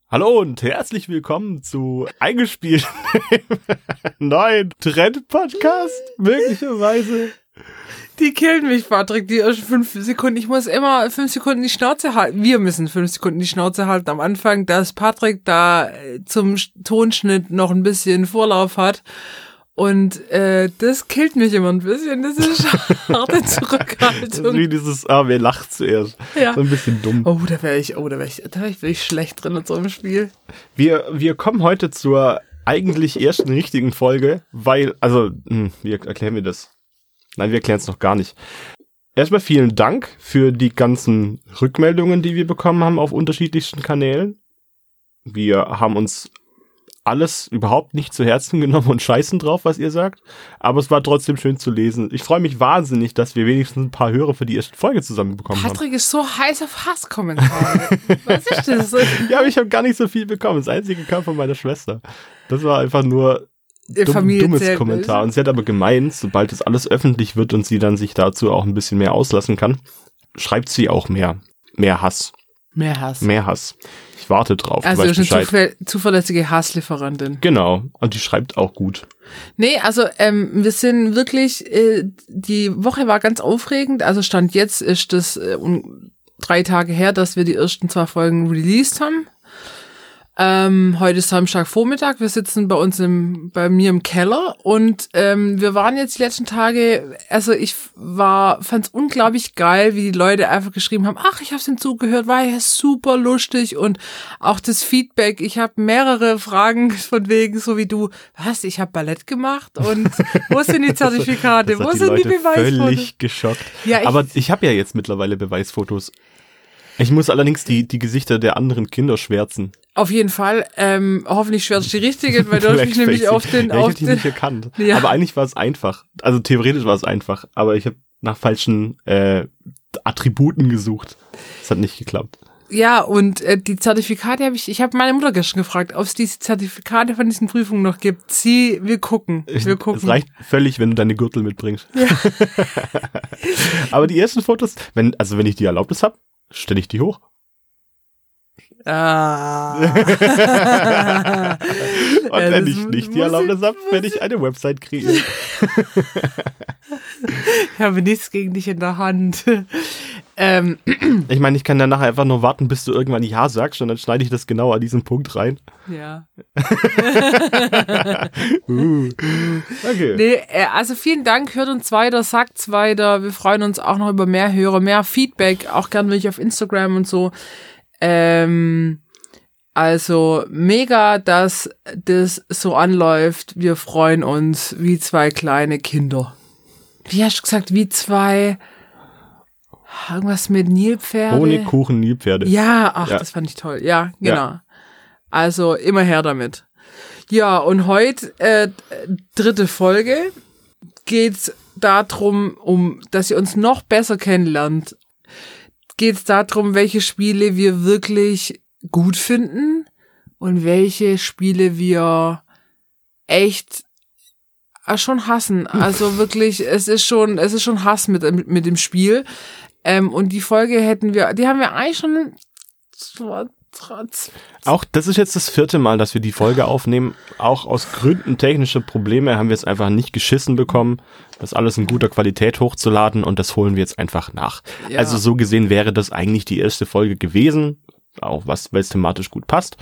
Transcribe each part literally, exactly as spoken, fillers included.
Hallo und herzlich willkommen zu Eingespielt, dem neuen Trend-Podcast, möglicherweise. Die killen mich, Patrick, die ersten fünf Sekunden. Ich muss immer fünf Sekunden die Schnauze halten. Wir müssen fünf Sekunden die Schnauze halten am Anfang, dass Patrick da zum Tonschnitt noch ein bisschen Vorlauf hat. Und äh, das killt mich immer ein bisschen. Das ist harte Zurückhaltung. Das ist wie dieses, ah, wer lacht zuerst. Ja. So ein bisschen dumm. Oh, da wäre ich, oh, da wäre ich, da wäre ich wirklich schlecht drin in so einem Spiel. Wir, wir kommen heute zur eigentlich ersten richtigen Folge, weil, also, hm, wie erklären wir das? Nein, wir erklären es noch gar nicht. Erstmal vielen Dank für die ganzen Rückmeldungen, die wir bekommen haben auf unterschiedlichsten Kanälen. Wir haben uns alles überhaupt nicht zu Herzen genommen und scheißen drauf, was ihr sagt. Aber es war trotzdem schön zu lesen. Ich freue mich wahnsinnig, dass wir wenigstens ein paar Hörer für die erste Folge zusammenbekommen haben. Patrick ist so heiß auf Hasskommentare. Was ist das? Ja, aber ich habe gar nicht so viel bekommen. Das einzige kam von meiner Schwester. Das war einfach nur dumm, dummes Kommentar. Und sie hat aber gemeint, sobald das alles öffentlich wird und sie dann sich dazu auch ein bisschen mehr auslassen kann, schreibt sie auch mehr. Mehr Hass. Mehr Hass. Mehr Hass. Ich warte drauf. Also eine zuver- zuverlässige Hasslieferantin. Genau. Und die schreibt auch gut. Nee, also ähm, wir sind wirklich, äh, die Woche war ganz aufregend. Also Stand jetzt ist das äh, um drei Tage her, dass wir die ersten zwei Folgen released haben. Ähm, heute ist Samstagvormittag, wir sitzen bei uns im, bei mir im Keller und ähm, wir waren jetzt die letzten Tage, also ich war, fand's unglaublich geil, wie die Leute einfach geschrieben haben, ach, ich hab's ihm zugehört, war ja super lustig und auch das Feedback, ich habe mehrere Fragen von wegen, so wie du, was, ich habe Ballett gemacht und wo sind die Zertifikate, das hat wo die sind Leute die Beweisfotos? Völlig geschockt. Ja, ich, aber ich habe ja jetzt mittlerweile Beweisfotos. Ich muss allerdings die, die Gesichter der anderen Kinder schwärzen. Auf jeden Fall. Ähm, hoffentlich schwärzt die richtige, weil du hast mich nämlich auf den... Ja, ich auf hab die den, nicht erkannt. Ja. Aber eigentlich war es einfach. Also theoretisch war es einfach. Aber ich habe nach falschen äh, Attributen gesucht. Das hat nicht geklappt. Ja, und äh, die Zertifikate habe ich... Ich habe meine Mutter gestern gefragt, ob es diese Zertifikate von diesen Prüfungen noch gibt. Sie, wir gucken. Wir gucken. Es reicht völlig, wenn du deine Gürtel mitbringst. Ja. Aber die ersten Fotos, wenn also wenn ich die Erlaubnis habe, stelle ich die hoch. Ah. Und ja, wenn ich nicht die Erlaubnis habe, werde ich eine Website kriegen. Ich habe nichts gegen dich in der Hand. Ähm. Ich meine, ich kann dann nachher einfach nur warten, bis du irgendwann Ja sagst und dann schneide ich das genau an diesen Punkt rein. Ja. uh. Okay. Nee, also vielen Dank, hört uns weiter, sagt's weiter. Wir freuen uns auch noch über mehr Hörer, mehr Feedback, auch gern wirklich auf Instagram und so. Ähm, also mega, dass das so anläuft. Wir freuen uns wie zwei kleine Kinder. Wie hast du gesagt, wie zwei... Irgendwas mit Nilpferde? Honigkuchen, Nilpferde. Ja, ach, ja. Das fand ich toll. Ja, genau. Ja. Also immer her damit. Ja, und heute, äh, dritte Folge, geht's darum, um, dass ihr uns noch besser kennenlernt. Geht's darum, welche Spiele wir wirklich gut finden und welche Spiele wir echt äh, schon hassen. Also wirklich, es ist schon, es ist schon Hass mit, mit, mit dem Spiel. Ähm, und die Folge hätten wir, die haben wir eigentlich schon trotz. Auch das ist jetzt das vierte Mal, dass wir die Folge aufnehmen. Auch aus Gründen technischer Probleme haben wir es einfach nicht geschissen bekommen, das alles in guter Qualität hochzuladen und das holen wir jetzt einfach nach. Ja. Also so gesehen wäre das eigentlich die erste Folge gewesen, auch was, weil es thematisch gut passt.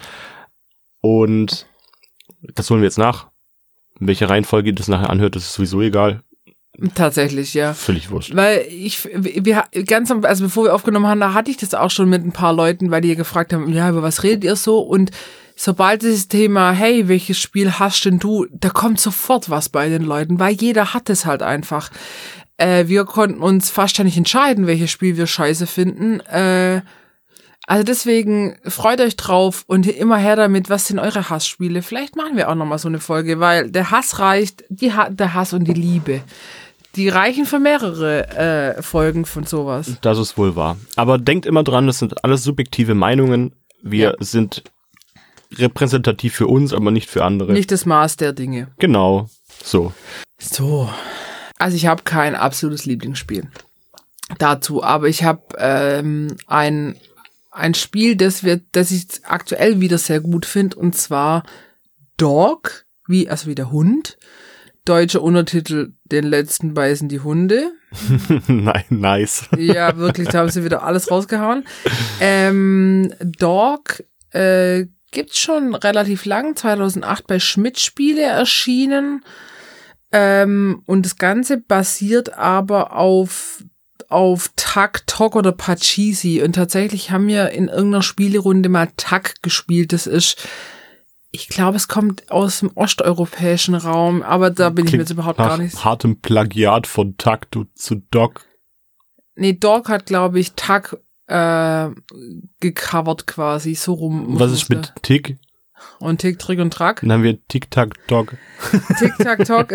Und das holen wir jetzt nach. In welcher Reihenfolge ihr das nachher anhört, das ist sowieso egal. Tatsächlich, ja. Völlig wurscht. Weil ich, wir, ganz am, also bevor wir aufgenommen haben, da hatte ich das auch schon mit ein paar Leuten, weil die gefragt haben, ja, über was redet ihr so? Und sobald dieses Thema, hey, welches Spiel hast denn du, da kommt sofort was bei den Leuten, weil jeder hat es halt einfach. Äh, wir konnten uns fast ja nicht entscheiden, welches Spiel wir scheiße finden. Äh, also deswegen freut euch drauf und immer her damit, was sind eure Hassspiele? Vielleicht machen wir auch nochmal so eine Folge, weil der Hass reicht, die ha- der Hass und die Liebe. Die reichen für mehrere äh, Folgen von sowas. Das ist wohl wahr. Aber denkt immer dran, das sind alles subjektive Meinungen. Wir ja. sind repräsentativ für uns, aber nicht für andere. Nicht das Maß der Dinge. Genau, so. So. Also ich habe kein absolutes Lieblingsspiel dazu, aber ich habe ähm, ein ein Spiel, das wir, das ich aktuell wieder sehr gut finde, und zwar Dog, wie, also wie der Hund. Deutscher Untertitel, den letzten beißen die Hunde. Nein, nice. Ja, wirklich, da haben sie wieder alles rausgehauen. Ähm, Dog äh, gibt's schon relativ lang, zweitausendacht bei Schmidt Spiele erschienen. Ähm, und das Ganze basiert aber auf auf Tak Tok oder Pachisi. Und tatsächlich haben wir in irgendeiner Spielerunde mal Tak gespielt. Das ist, ich glaube, es kommt aus dem osteuropäischen Raum, aber da bin Klingt ich mir jetzt überhaupt gar nicht. Hartem Plagiat von Tak zu Dog. Nee, Dog hat, glaube ich, Tak äh, gecovert quasi, so rum. Was ist mit Tick? Und Tick, Trick und Track. Dann haben wir Tic-Tac-Dog. Tic-Tac-Dog.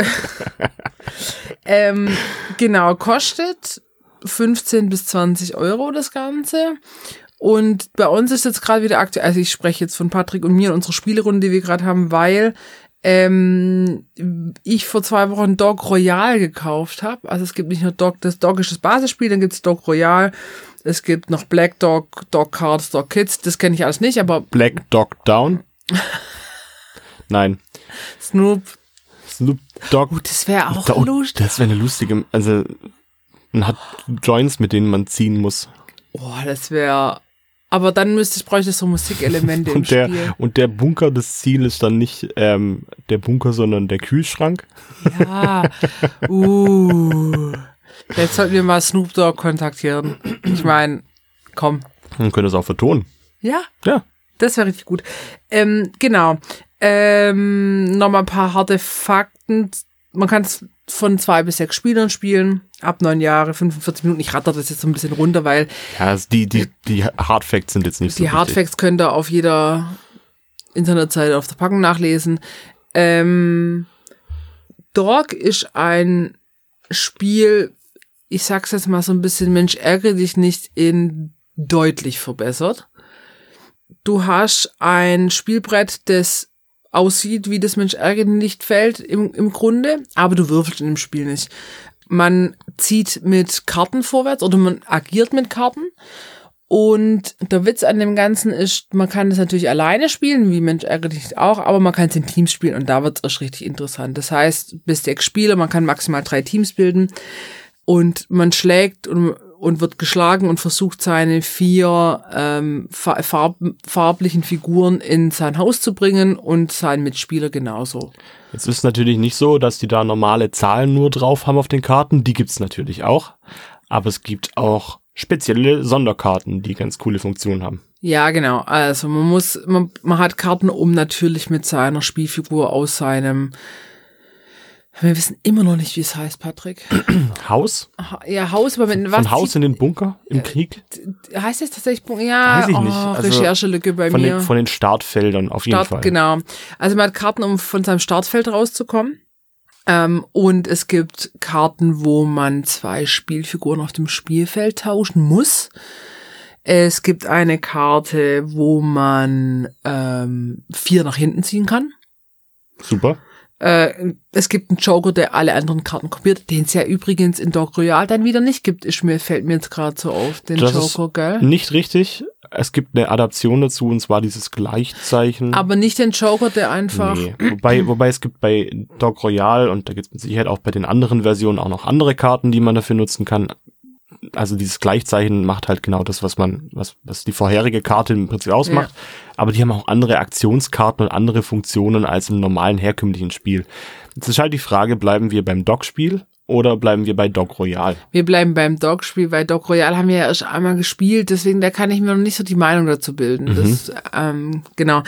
ähm, genau, kostet fünfzehn bis zwanzig Euro das Ganze. Und bei uns ist jetzt gerade wieder aktuell, also ich spreche jetzt von Patrick und mir und unserer Spielerunde, die wir gerade haben, weil ähm, ich vor zwei Wochen Dog Royal gekauft habe. Also es gibt nicht nur Dog, das Dog ist das Basisspiel, dann gibt es Dog Royal. Es gibt noch Black Dog, Dog Cards, Dog Kids, das kenne ich alles nicht, aber... Black Dog Down? Nein. Snoop. Snoop Dogg. Oh, das wäre auch da, lustig. Das wäre eine lustige, also man hat Joints, mit denen man ziehen muss. Oh, das wäre, aber dann müsste ich, bräuchte ich so Musikelemente im und der, Spiel. Und der Bunker, das Ziel ist dann nicht ähm, der Bunker, sondern der Kühlschrank. Ja, uh, jetzt sollten wir mal Snoop Dogg kontaktieren. Ich meine, komm. Man könnte es auch vertonen. Ja? Ja. Das wäre richtig gut. Ähm, genau. Ähm, nochmal ein paar harte Fakten. Man kann es von zwei bis sechs Spielern spielen. Ab neun Jahre, fünfundvierzig Minuten. Ich ratter das jetzt so ein bisschen runter, weil... Ja, also die, die, die Hardfacts sind jetzt nicht so Die Hardfacts könnt ihr auf jeder Internetseite auf der Packung nachlesen. Ähm, Dog ist ein Spiel, ich sag's jetzt mal so ein bisschen, Mensch, ärgere dich nicht, in deutlich verbessert. Du hast ein Spielbrett, das aussieht wie das Mensch ärgere dich nicht Feld im, im Grunde, aber du würfelst in dem Spiel nicht. Man zieht mit Karten vorwärts oder man agiert mit Karten. Und der Witz an dem Ganzen ist, man kann es natürlich alleine spielen, wie Mensch ärgere dich auch, aber man kann es in Teams spielen und da wird es erst richtig interessant. Das heißt, bis sechs Spieler, man kann maximal drei Teams bilden und man schlägt und und wird geschlagen und versucht, seine vier ähm, farb, farblichen Figuren in sein Haus zu bringen und seinen Mitspieler genauso. Jetzt ist es natürlich nicht so, dass die da normale Zahlen nur drauf haben auf den Karten. Die gibt's natürlich auch. Aber es gibt auch spezielle Sonderkarten, die ganz coole Funktionen haben. Ja, genau. Also man muss, man, man hat Karten, um natürlich mit seiner Spielfigur aus seinem... Wir wissen immer noch nicht, wie es heißt, Patrick. Haus? Ja, Haus, aber mit Von was? Haus in den Bunker im Krieg? Heißt das tatsächlich Bunker? Ja, weiß ich oh, nicht. Also Recherchelücke bei von mir. Den, von den Startfeldern auf jeden Start, Fall. Genau. Also man hat Karten, um von seinem Startfeld rauszukommen. Ähm, und es gibt Karten, wo man zwei Spielfiguren auf dem Spielfeld tauschen muss. Es gibt eine Karte, wo man ähm, vier nach hinten ziehen kann. Super. Äh, es gibt einen Joker, der alle anderen Karten kopiert, den es ja übrigens in Dog Royal dann wieder nicht gibt. Ist mir, fällt mir jetzt gerade so auf, den das Joker, ist gell? Nicht richtig. Es gibt eine Adaption dazu, und zwar dieses Gleichzeichen. Aber nicht den Joker, der einfach... Nee. Wobei, wobei es gibt bei Dog Royal, und da gibt es mit Sicherheit auch bei den anderen Versionen auch noch andere Karten, die man dafür nutzen kann. Also dieses Gleichzeichen macht halt genau das, was man, was, was die vorherige Karte im Prinzip ausmacht. Ja. Aber die haben auch andere Aktionskarten und andere Funktionen als im normalen herkömmlichen Spiel. Jetzt ist halt die Frage, bleiben wir beim Dog-Spiel oder bleiben wir bei Dog Royal? Wir bleiben beim Dog-Spiel, weil Dog Royal haben wir ja erst einmal gespielt, deswegen da kann ich mir noch nicht so die Meinung dazu bilden. Mhm. Das, ähm, genau.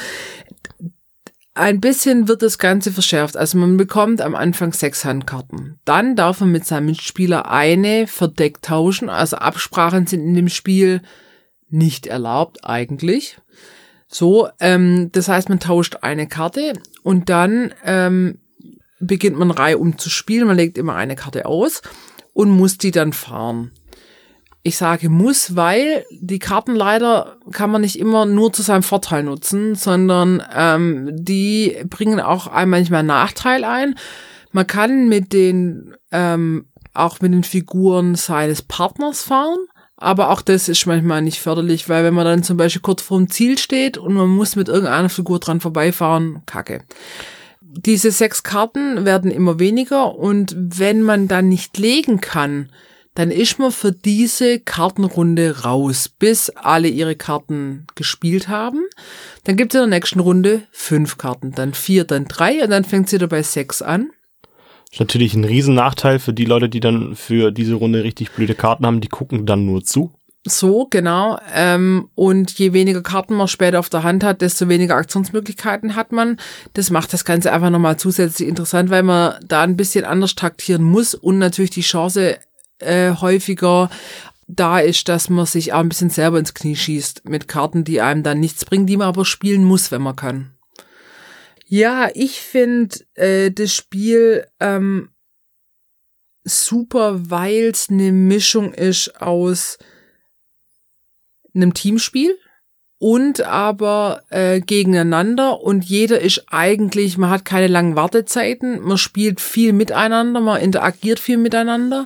Ein bisschen wird das Ganze verschärft. Also man bekommt am Anfang sechs Handkarten. Dann darf man mit seinem Mitspieler eine verdeckt tauschen. Also Absprachen sind in dem Spiel nicht erlaubt eigentlich. So, ähm, das heißt, man tauscht eine Karte und dann ähm, beginnt man reihum zu spielen. Man legt immer eine Karte aus und muss die dann fahren. Ich sage muss, weil die Karten leider kann man nicht immer nur zu seinem Vorteil nutzen, sondern ähm, die bringen auch einem manchmal einen Nachteil ein. Man kann mit den ähm, auch mit den Figuren seines Partners fahren, aber auch das ist manchmal nicht förderlich, weil wenn man dann zum Beispiel kurz vorm Ziel steht und man muss mit irgendeiner Figur dran vorbeifahren, kacke. Diese sechs Karten werden immer weniger und wenn man dann nicht legen kann, dann ist man für diese Kartenrunde raus, bis alle ihre Karten gespielt haben. Dann gibt es in der nächsten Runde fünf Karten, dann vier, dann drei und dann fängt sie wieder bei sechs an. Das ist natürlich ein Riesennachteil für die Leute, die dann für diese Runde richtig blöde Karten haben, die gucken dann nur zu. So, genau. Ähm, und je weniger Karten man später auf der Hand hat, desto weniger Aktionsmöglichkeiten hat man. Das macht das Ganze einfach nochmal zusätzlich interessant, weil man da ein bisschen anders taktieren muss und natürlich die Chance äh, häufiger da ist, dass man sich auch ein bisschen selber ins Knie schießt mit Karten, die einem dann nichts bringen, die man aber spielen muss, wenn man kann. Ja, ich finde äh, das Spiel ähm, super, weil es eine Mischung ist aus einem Teamspiel und aber äh, gegeneinander und jeder ist eigentlich, man hat keine langen Wartezeiten, man spielt viel miteinander, man interagiert viel miteinander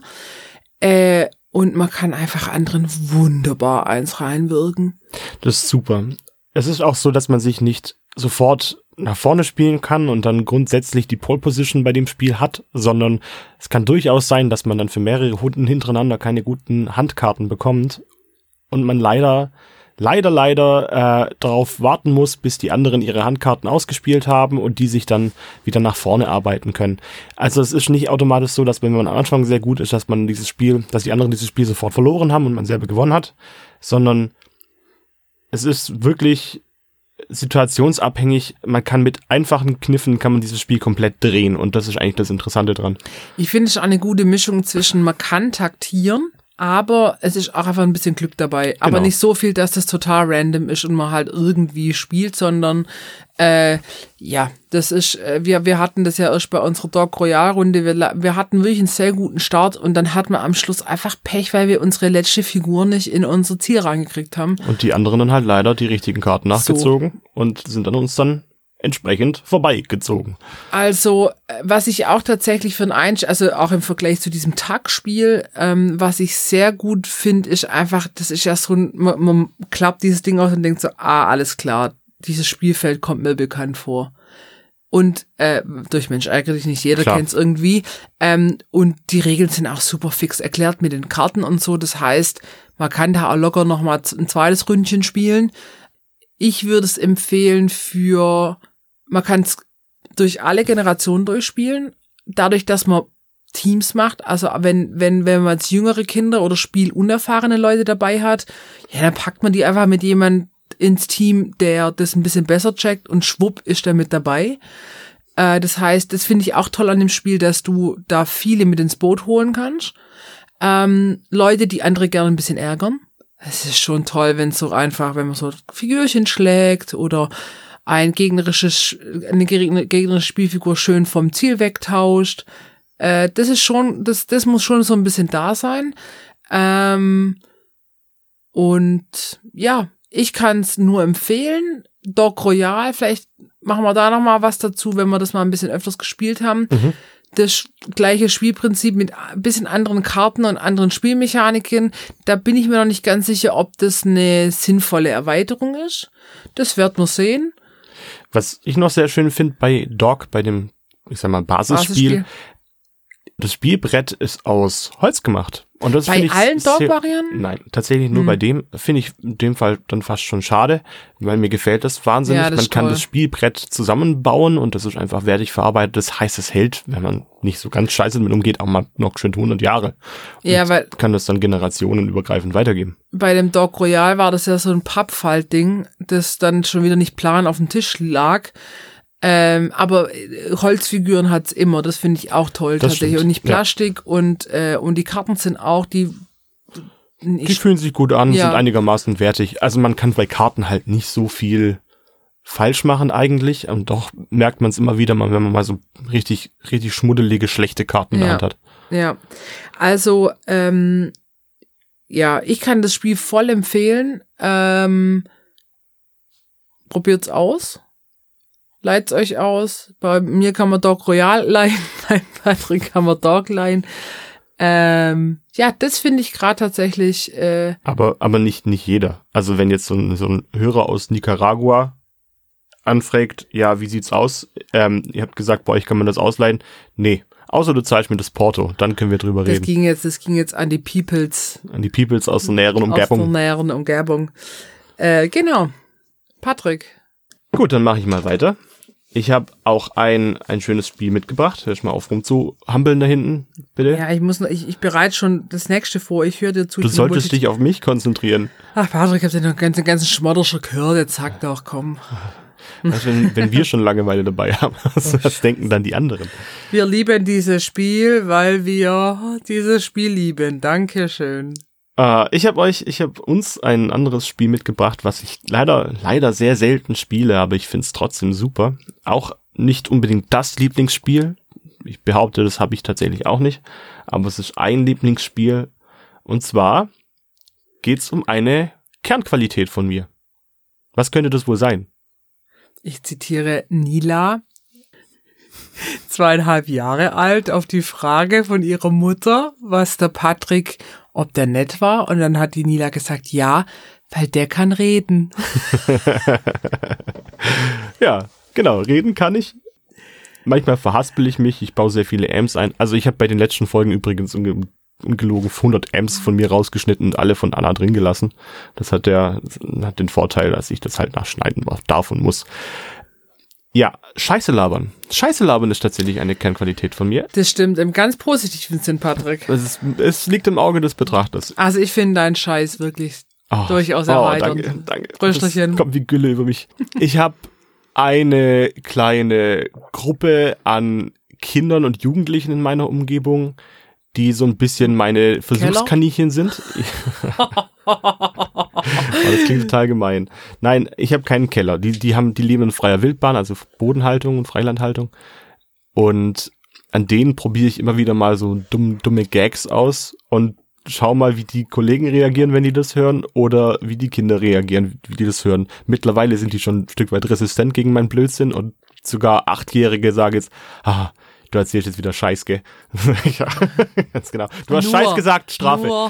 äh, und man kann einfach anderen wunderbar eins reinwirken. Das ist super. Es ist auch so, dass man sich nicht sofort nach vorne spielen kann und dann grundsätzlich die Pole Position bei dem Spiel hat, sondern es kann durchaus sein, dass man dann für mehrere Runden hintereinander keine guten Handkarten bekommt und man leider, leider, leider äh, darauf warten muss, bis die anderen ihre Handkarten ausgespielt haben und die sich dann wieder nach vorne arbeiten können. Also es ist nicht automatisch so, dass wenn man am Anfang sehr gut ist, dass man dieses Spiel, dass die anderen dieses Spiel sofort verloren haben und man selber gewonnen hat, sondern es ist wirklich situationsabhängig. Man kann mit einfachen Kniffen kann man dieses Spiel komplett drehen und das ist eigentlich das Interessante dran. Ich finde es auch eine gute Mischung zwischen, man kann taktieren, aber es ist auch einfach ein bisschen Glück dabei. Genau. Aber nicht so viel, dass das total random ist und man halt irgendwie spielt, sondern äh, ja, das ist, äh, wir wir hatten das ja erst bei unserer Dog Royale Runde, wir, wir hatten wirklich einen sehr guten Start und dann hatten wir am Schluss einfach Pech, weil wir unsere letzte Figur nicht in unser Ziel reingekriegt haben. Und die anderen dann halt leider die richtigen Karten nachgezogen so. Und sind dann uns dann entsprechend vorbeigezogen. Also, was ich auch tatsächlich für ein Einstieg, also auch im Vergleich zu diesem Tag-Spiel, ähm, was ich sehr gut finde, ist einfach, das ist ja so ein, man, man klappt dieses Ding aus und denkt so, ah, alles klar, dieses Spielfeld kommt mir bekannt vor. Und äh, durch Mensch ärgere dich nicht, jeder kennt es irgendwie. Ähm, und die Regeln sind auch super fix erklärt mit den Karten und so. Das heißt, man kann da auch locker noch mal ein zweites Ründchen spielen. Ich würde es empfehlen für, man kann es durch alle Generationen durchspielen, dadurch, dass man Teams macht. Also wenn wenn wenn man jetzt jüngere Kinder oder spielunerfahrene Leute dabei hat, ja, dann packt man die einfach mit jemand ins Team, der das ein bisschen besser checkt und schwupp ist der mit dabei. Äh, das heißt, das finde ich auch toll an dem Spiel, dass du da viele mit ins Boot holen kannst. Ähm, Leute, die andere gerne ein bisschen ärgern. Es ist schon toll, wenn es so einfach, wenn man so Figürchen schlägt oder ein gegnerisches, eine gegnerische Spielfigur schön vom Ziel wegtauscht. Äh, das ist schon, das, das muss schon so ein bisschen da sein. Ähm, und ja, ich kann es nur empfehlen. Dog Royale, vielleicht machen wir da noch mal was dazu, wenn wir das mal ein bisschen öfters gespielt haben. Mhm. Das gleiche Spielprinzip mit ein bisschen anderen Karten und anderen Spielmechaniken. Da bin ich mir noch nicht ganz sicher, ob das eine sinnvolle Erweiterung ist. Das wird man sehen. Was ich noch sehr schön finde bei Dog, bei dem, ich sag mal, Basisspiel, Basisspiel. Das Spielbrett ist aus Holz gemacht. Und das bei ich allen Dog-Varianten? Nein, tatsächlich nur hm. bei dem. Finde ich in dem Fall dann fast schon schade, weil mir gefällt das wahnsinnig. Ja, das man kann toll. Das Spielbrett zusammenbauen und das ist einfach wertig verarbeitet. Das heißt, es hält, wenn man nicht so ganz scheiße damit umgeht, auch mal noch schön hundert Jahre. Und ja, weil kann das dann generationenübergreifend weitergeben. Bei dem Dog Royale war das ja so ein Pappfaltding, das dann schon wieder nicht plan auf dem Tisch lag. Ähm, aber Holzfiguren hat's immer, das finde ich auch toll das tatsächlich. Stimmt. Und nicht Plastik ja. und äh, und die Karten sind auch, die Die fühlen sich gut an, ja. sind einigermaßen wertig. Also man kann bei Karten halt nicht so viel falsch machen eigentlich. Und doch merkt man es immer wieder, wenn man mal so richtig, richtig schmuddelige, schlechte Karten in der ja. Hand hat. Ja, also ähm, ja, ich kann das Spiel voll empfehlen. Ähm, probiert's aus. Leiht's euch aus. Bei mir kann man Dog Royale leihen, bei Patrick kann man Dog leihen. Ähm, ja, das finde ich gerade tatsächlich. Äh, aber aber nicht nicht jeder. Also wenn jetzt so ein, so ein Hörer aus Nicaragua anfragt, ja, wie sieht's aus? Ähm, ihr habt gesagt, bei euch kann man das ausleihen. Nee, außer du zahlst mir das Porto, dann können wir drüber das reden. ging jetzt, das ging jetzt an die Peoples. An die Peoples aus der näheren Umgebung. Aus der näheren Umgebung. Äh, genau. Patrick. Gut, dann mache ich mal weiter. Ich habe auch ein ein schönes Spiel mitgebracht. Hör ich mal auf rumzuhampeln da hinten, bitte. Ja, ich muss, noch, ich, ich bereite schon das nächste vor. Ich höre dir zu. Du solltest dich auf mich konzentrieren. Ach, Patrick, ich hab den ganzen, ganzen Schmodder schon gehört. Jetzt sag doch, komm. Also wenn, wenn wir schon Langeweile dabei haben, was, was denken dann die anderen? Wir lieben dieses Spiel, weil wir dieses Spiel lieben. Dankeschön. Uh, ich habe euch, ich habe uns ein anderes Spiel mitgebracht, was ich leider, leider sehr selten spiele, aber ich finde es trotzdem super. Auch nicht unbedingt das Lieblingsspiel. Ich behaupte, das habe ich tatsächlich auch nicht. Aber es ist ein Lieblingsspiel. Und zwar geht's um eine Kernqualität von mir. Was könnte das wohl sein? Ich zitiere Nila, zweieinhalb Jahre alt, auf die Frage von ihrer Mutter, was der Patrick, ob der nett war. Und dann hat die Nila gesagt, ja, weil der kann reden. Ja, genau, reden kann ich. Manchmal verhaspel ich mich, ich baue sehr viele Amps ein. Also ich habe bei den letzten Folgen übrigens unge- ungelogen hundert Amps von mir rausgeschnitten und alle von Anna drin gelassen. Das hat der hat den Vorteil, dass ich das halt nachschneiden darf und muss. Ja, Scheiße labern. Scheiße labern ist tatsächlich eine Kernqualität von mir. Das stimmt, im ganz positiven Sinn, Patrick. Es, ist, es liegt im Auge des Betrachters. Also ich finde deinen Scheiß wirklich Oh, durchaus oh, erheiternd. danke, danke. Rösterchen. Das kommt wie Gülle über mich. Ich habe eine kleine Gruppe an Kindern und Jugendlichen in meiner Umgebung, die so ein bisschen meine Versuchskaninchen sind. Oh, das klingt total gemein. Nein, ich habe keinen Keller. Die, die haben, die leben in freier Wildbahn, also Bodenhaltung und Freilandhaltung. Und an denen probiere ich immer wieder mal so dumm, dumme Gags aus und schau mal, wie die Kollegen reagieren, wenn die das hören, oder wie die Kinder reagieren, wie die das hören. Mittlerweile sind die schon ein Stück weit resistent gegen meinen Blödsinn und sogar Achtjährige sagen jetzt, ah, du erzählst jetzt wieder Scheiß, gell? Ja, ganz genau. Du hast Nur, Scheiß gesagt, Strafe. Nur.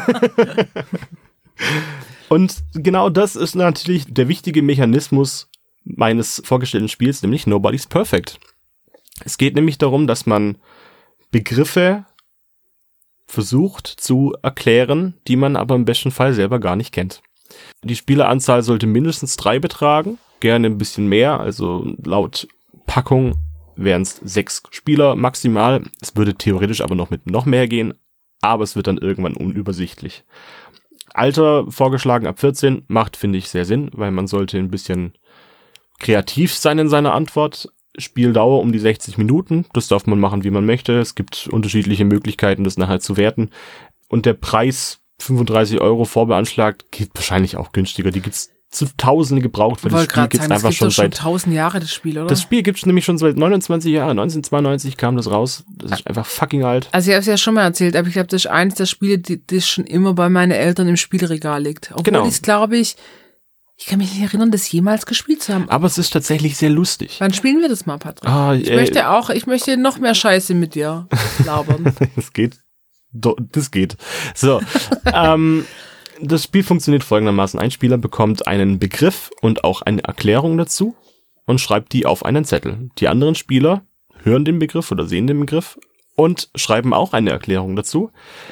Und genau das ist natürlich der wichtige Mechanismus meines vorgestellten Spiels, nämlich Nobody's Perfect. Es geht nämlich darum, dass man Begriffe versucht zu erklären, die man aber im besten Fall selber gar nicht kennt. Die Spieleranzahl sollte mindestens drei betragen, gerne ein bisschen mehr, also laut Packung wären es sechs Spieler maximal. Es würde theoretisch aber noch mit noch mehr gehen, aber es wird dann irgendwann unübersichtlich. Alter vorgeschlagen ab vierzehn macht, finde ich, sehr Sinn, weil man sollte ein bisschen kreativ sein in seiner Antwort. Spieldauer um die sechzig Minuten, das darf man machen, wie man möchte. Es gibt unterschiedliche Möglichkeiten, das nachher zu werten. Und der Preis, fünfunddreißig Euro vorbeanschlagt, geht wahrscheinlich auch günstiger. Die gibt's zu Tausende gebraucht, weil das Spiel gibt's sagen, einfach das schon schon seit... tausend Jahre, das Spiel, oder? Das Spiel gibt's nämlich schon seit neunundzwanzig Jahren. neunzehnhundertzweiundneunzig kam das raus. Das ist einfach fucking alt. Also ich habe es ja schon mal erzählt, aber ich glaube, das ist eines der Spiele, die, das schon immer bei meinen Eltern im Spielregal liegt. Obwohl Genau. ich glaube ich, ich kann mich nicht erinnern, das jemals gespielt zu haben. Aber es ist tatsächlich sehr lustig. Wann spielen wir das mal, Patrick? Ah, ich ey. möchte auch, ich möchte noch mehr Scheiße mit dir labern. Das geht. Do, das geht. So. ähm, das Spiel funktioniert folgendermaßen. Ein Spieler bekommt einen Begriff und auch eine Erklärung dazu und schreibt die auf einen Zettel. Die anderen Spieler hören den Begriff oder sehen den Begriff und schreiben auch eine Erklärung dazu.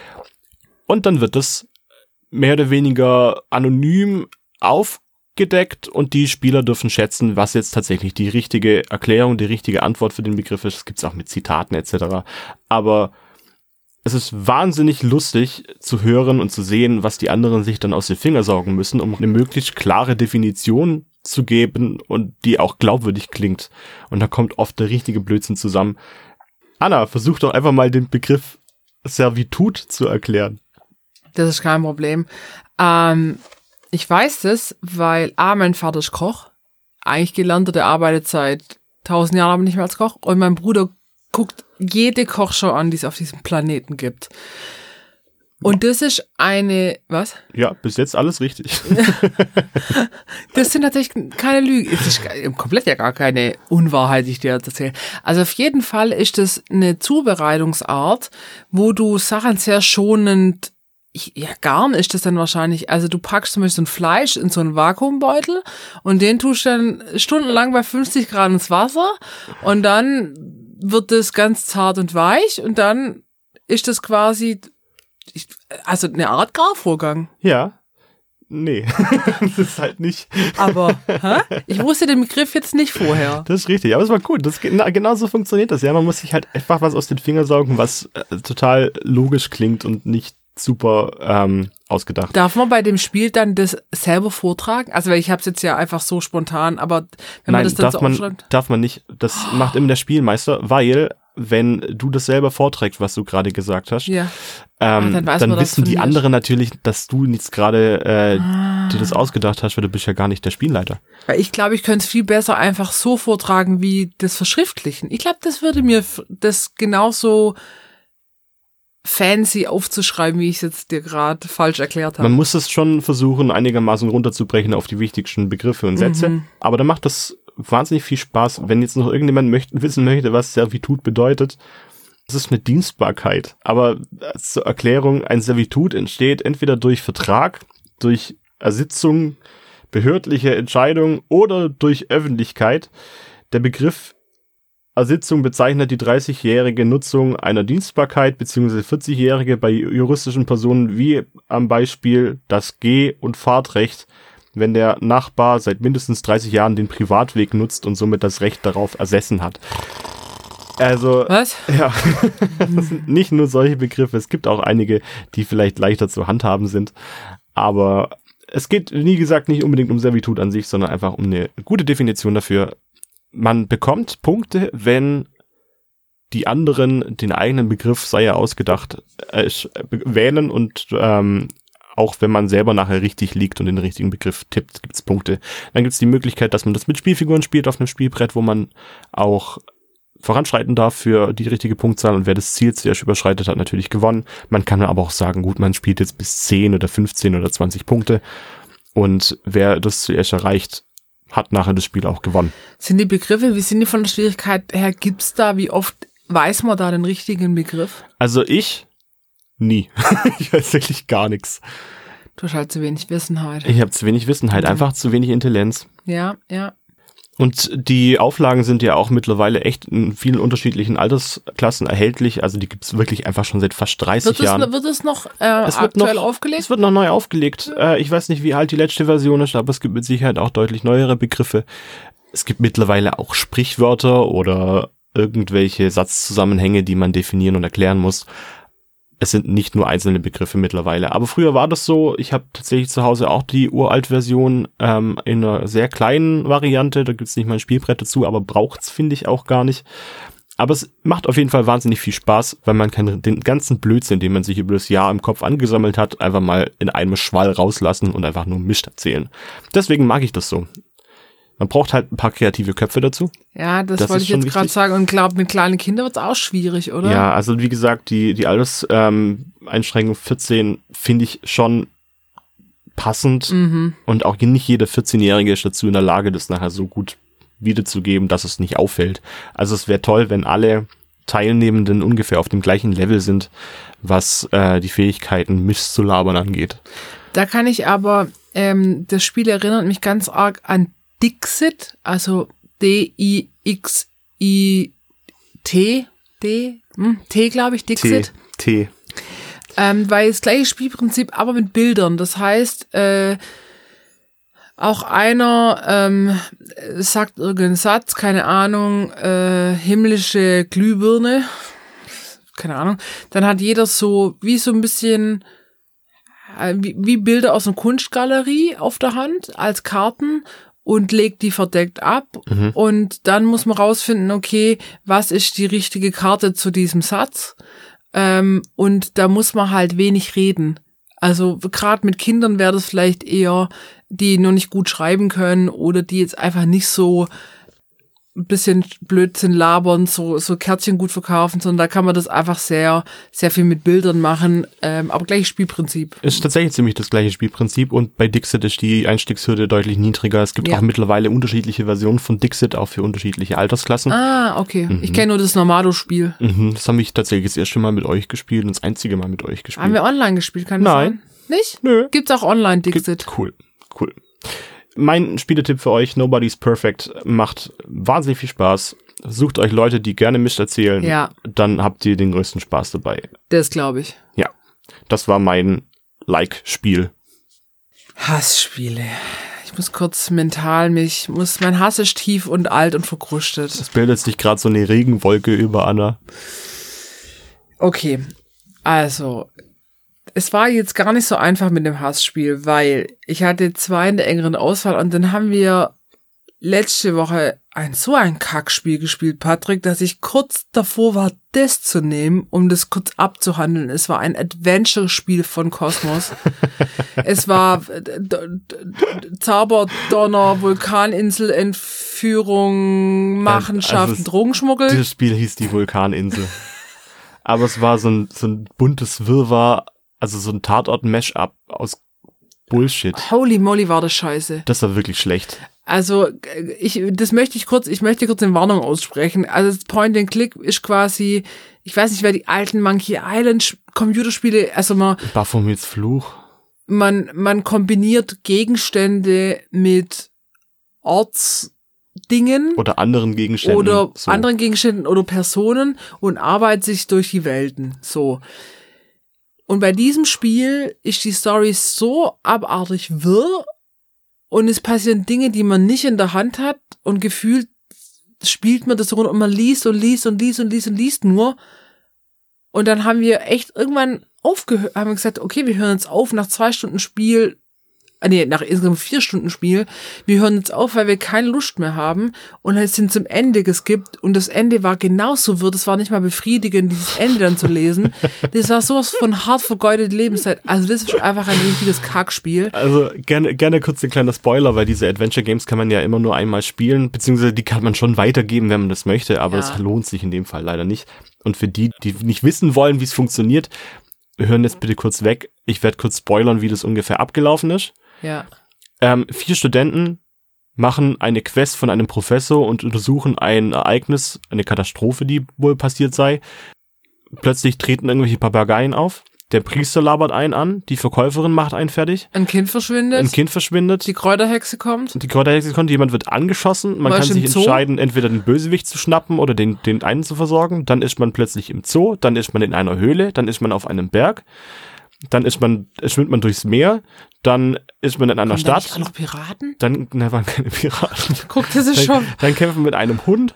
Und dann wird das mehr oder weniger anonym aufgedeckt und die Spieler dürfen schätzen, was jetzt tatsächlich die richtige Erklärung, die richtige Antwort für den Begriff ist. Das gibt's auch mit Zitaten et cetera. Aber es ist wahnsinnig lustig zu hören und zu sehen, was die anderen sich dann aus den Fingern saugen müssen, um eine möglichst klare Definition zu geben und die auch glaubwürdig klingt. Und da kommt oft der richtige Blödsinn zusammen. Anna, versuch doch einfach mal den Begriff Servitut zu erklären. Das ist kein Problem. Ähm, ich weiß das, weil A, mein Vater ist Koch, eigentlich gelernter, der arbeitet seit tausend Jahren aber nicht mehr als Koch, und mein Bruder guckt jede Kochshow an, die es auf diesem Planeten gibt. Und das ist eine, was? Ja, bis jetzt alles richtig. Das sind tatsächlich keine Lügen. Es ist komplett ja gar keine Unwahrheit, die ich dir jetzt erzähle. Also auf jeden Fall ist das eine Zubereitungsart, wo du Sachen sehr schonend, ja, garen ist das dann wahrscheinlich. Also du packst zum Beispiel so ein Fleisch in so einen Vakuumbeutel und den tust du dann stundenlang bei fünfzig Grad ins Wasser und dann wird das ganz zart und weich und dann ist das quasi, also eine Art Garvorgang. Ja. Nee, das ist halt nicht. Aber, hä? Ich wusste den Begriff jetzt nicht vorher. Das ist richtig, aber es war gut. Das, genau so funktioniert das. Ja, man muss sich halt einfach was aus den Fingern saugen, was äh, total logisch klingt und nicht super ähm, ausgedacht. Darf man bei dem Spiel dann das selber vortragen? Also, weil ich habe es jetzt ja einfach so spontan, aber wenn Nein, man das dann darf so man, aufschreibt. darf man nicht. Das oh. macht immer der Spielmeister, weil wenn du das selber vorträgst, was du gerade gesagt hast, ja. ähm, ah, dann, dann man, wissen die anderen ist. natürlich, dass du nichts gerade äh, ah. dir das ausgedacht hast, weil du bist ja gar nicht der Spielleiter. Weil ich glaube, ich könnte es viel besser einfach so vortragen, wie das Verschriftlichen. Ich glaube, das würde mir das genauso fancy aufzuschreiben, wie ich es jetzt dir gerade falsch erklärt habe. Man muss es schon versuchen, einigermaßen runterzubrechen auf die wichtigsten Begriffe und Sätze, mhm. aber dann macht das wahnsinnig viel Spaß. Wenn jetzt noch irgendjemand möchte, wissen möchte, was Servitut bedeutet, das ist eine Dienstbarkeit. Aber zur Erklärung, ein Servitut entsteht entweder durch Vertrag, durch Ersitzung, behördliche Entscheidung oder durch Öffentlichkeit. Der Begriff Ersitzung bezeichnet die dreißigjährige Nutzung einer Dienstbarkeit bzw. vierzigjährige bei juristischen Personen wie am Beispiel das Geh- und Fahrtrecht, wenn der Nachbar seit mindestens dreißig Jahren den Privatweg nutzt und somit das Recht darauf ersessen hat. Also, was? Ja, das sind nicht nur solche Begriffe, es gibt auch einige, die vielleicht leichter zu handhaben sind, aber es geht, wie gesagt, nicht unbedingt um Servitut an sich, sondern einfach um eine gute Definition dafür. Man bekommt Punkte, wenn die anderen den eigenen Begriff, sei er ausgedacht, äh, wählen und ähm, auch wenn man selber nachher richtig liegt und den richtigen Begriff tippt, gibt's Punkte. Dann gibt's die Möglichkeit, dass man das mit Spielfiguren spielt auf einem Spielbrett, wo man auch voranschreiten darf für die richtige Punktzahl und wer das Ziel zuerst überschreitet, hat natürlich gewonnen. Man kann aber auch sagen, gut, man spielt jetzt bis zehn oder fünfzehn oder zwanzig Punkte und wer das zuerst erreicht, hat nachher das Spiel auch gewonnen. Sind die Begriffe, wie sind die von der Schwierigkeit her, gibt's da, wie oft weiß man da den richtigen Begriff? Also ich nie. Ich weiß wirklich gar nichts. Du hast halt zu wenig Wissenheit. Ich habe zu wenig Wissenheit, einfach zu wenig Intelligenz. Ja, ja. Und die Auflagen sind ja auch mittlerweile echt in vielen unterschiedlichen Altersklassen erhältlich. Also die gibt's wirklich einfach schon seit fast dreißig wird es, Jahren. Wird es noch äh, es aktuell wird noch, aufgelegt? Es wird noch neu aufgelegt. Äh, ich weiß nicht, wie alt die letzte Version ist, aber es gibt mit Sicherheit auch deutlich neuere Begriffe. Es gibt mittlerweile auch Sprichwörter oder irgendwelche Satzzusammenhänge, die man definieren und erklären muss. Es sind nicht nur einzelne Begriffe mittlerweile. Aber früher war das so, ich habe tatsächlich zu Hause auch die Uralt-Version ähm, in einer sehr kleinen Variante. Da gibt's nicht mal ein Spielbrett dazu, aber braucht's, finde ich, auch gar nicht. Aber es macht auf jeden Fall wahnsinnig viel Spaß, weil man kann den ganzen Blödsinn, den man sich über das Jahr im Kopf angesammelt hat, einfach mal in einem Schwall rauslassen und einfach nur Mist erzählen. Deswegen mag ich das so. Man braucht halt ein paar kreative Köpfe dazu. Ja, das, das wollte ich jetzt gerade sagen. Und glaube, mit kleinen Kindern wird's auch schwierig, oder? Ja, also wie gesagt, die die Alterseinschränkung ähm, vierzehn finde ich schon passend. Mhm. Und auch nicht jeder vierzehnjährige ist dazu in der Lage, das nachher so gut wiederzugeben, dass es nicht auffällt. Also es wäre toll, wenn alle Teilnehmenden ungefähr auf dem gleichen Level sind, was äh, die Fähigkeiten, Mist zu labern angeht. Da kann ich aber, ähm, das Spiel erinnert mich ganz arg an Dixit, also D I X I T, D, hm, T glaube ich, Dixit. T, T. Ähm, weil das gleiche Spielprinzip, aber mit Bildern. Das heißt, äh, auch einer ähm, sagt irgendeinen Satz, keine Ahnung, äh, himmlische Glühbirne, keine Ahnung. Dann hat jeder so, wie so ein bisschen, äh, wie, wie Bilder aus einer Kunstgalerie auf der Hand als Karten und legt die verdeckt ab. Mhm. Und dann muss man rausfinden, okay, was ist die richtige Karte zu diesem Satz? Ähm, und da muss man halt wenig reden. Also gerade mit Kindern wäre das vielleicht eher, die noch nicht gut schreiben können oder die jetzt einfach nicht so ein bisschen Blödsinn labern, so, so Kärtchen gut verkaufen, sondern da kann man das einfach sehr, sehr viel mit Bildern machen, ähm, aber gleiches Spielprinzip. Es ist tatsächlich ziemlich das gleiche Spielprinzip und bei Dixit ist die Einstiegshürde deutlich niedriger. Es gibt Ja. auch mittlerweile unterschiedliche Versionen von Dixit, auch für unterschiedliche Altersklassen. Ah, okay. Mhm. Ich kenne nur das Normado-Spiel. Mhm, das habe ich tatsächlich das erste Mal mit euch gespielt und das einzige Mal mit euch gespielt. Haben wir online gespielt, kann das Nein. sein? Nicht? Nö. Gibt's auch online, Dixit. Cool, cool. Mein Spieletipp für euch, Nobody's Perfect, macht wahnsinnig viel Spaß. Sucht euch Leute, die gerne Mist erzählen. Ja. Dann habt ihr den größten Spaß dabei. Das glaube ich. Ja, das war mein Like-Spiel. Hassspiele. Ich muss kurz mental mich, muss, mein Hass ist tief und alt und verkrustet. Es bildet sich gerade so eine Regenwolke über Anna. Okay, also, es war jetzt gar nicht so einfach mit dem Hassspiel, weil ich hatte zwei in der engeren Auswahl und dann haben wir letzte Woche ein so ein Kackspiel gespielt, Patrick, dass ich kurz davor war, das zu nehmen, um das kurz abzuhandeln. Es war ein Adventure-Spiel von Kosmos. Es war D- D- D- Zauberdonner, Vulkaninsel, Entführung, Machenschaften, also es- Drogenschmuggel. Dieses Spiel hieß die Vulkaninsel. Aber es war so ein, so ein buntes Wirrwarr, also so ein Tatort-Mash-up aus Bullshit. Holy moly, war das scheiße. Das war wirklich schlecht. Also, ich, das möchte ich kurz, ich möchte kurz eine Warnung aussprechen. Also, das Point and Click ist quasi, ich weiß nicht, wer die alten Monkey Island Computerspiele, also man, Baphomets Fluch. man, man kombiniert Gegenstände mit Ortsdingen Oder anderen Gegenständen. oder so. anderen Gegenständen oder Personen und arbeitet sich durch die Welten. So. Und bei diesem Spiel ist die Story so abartig wirr und es passieren Dinge, die man nicht in der Hand hat und gefühlt spielt man das so runter und man liest und liest und liest und liest und liest nur. Und dann haben wir echt irgendwann aufgehört, haben gesagt, okay, wir hören jetzt auf nach zwei Stunden Spiel, ah, nee, nach insgesamt vier Stunden Spiel. Wir hören jetzt auf, weil wir keine Lust mehr haben und dann sind zum Ende geskippt und das Ende war genauso wirr, das war nicht mal befriedigend, dieses Ende dann zu lesen. Das war sowas von hart vergeudete Lebenszeit. Also das ist einfach ein richtiges Kackspiel. Also gerne, gerne kurz ein kleiner Spoiler, weil diese Adventure Games kann man ja immer nur einmal spielen, beziehungsweise die kann man schon weitergeben, wenn man das möchte, aber Ja. das lohnt sich in dem Fall leider nicht. Und für die, die nicht wissen wollen, wie es funktioniert, hören jetzt bitte kurz weg. Ich werde kurz spoilern, wie das ungefähr abgelaufen ist. Ja. Ähm, vier Studenten machen eine Quest von einem Professor und untersuchen ein Ereignis, eine Katastrophe, die wohl passiert sei. Plötzlich treten irgendwelche Papageien auf. Der Priester labert einen an, die Verkäuferin macht einen fertig. Ein Kind verschwindet. Ein Kind verschwindet. Die Kräuterhexe kommt. Die Kräuterhexe kommt, jemand wird angeschossen. Man War kann ich im sich Zoo? entscheiden, entweder den Bösewicht zu schnappen oder den, den einen zu versorgen. Dann ist man plötzlich im Zoo, dann ist man in einer Höhle, dann ist man auf einem Berg, dann ist man, schwimmt man durchs Meer, dann ist man in einer Kommen da nicht Stadt. auch noch Piraten? Dann, ne, waren keine Piraten. Guck, das ist schon. Dann, dann kämpfen wir mit einem Hund.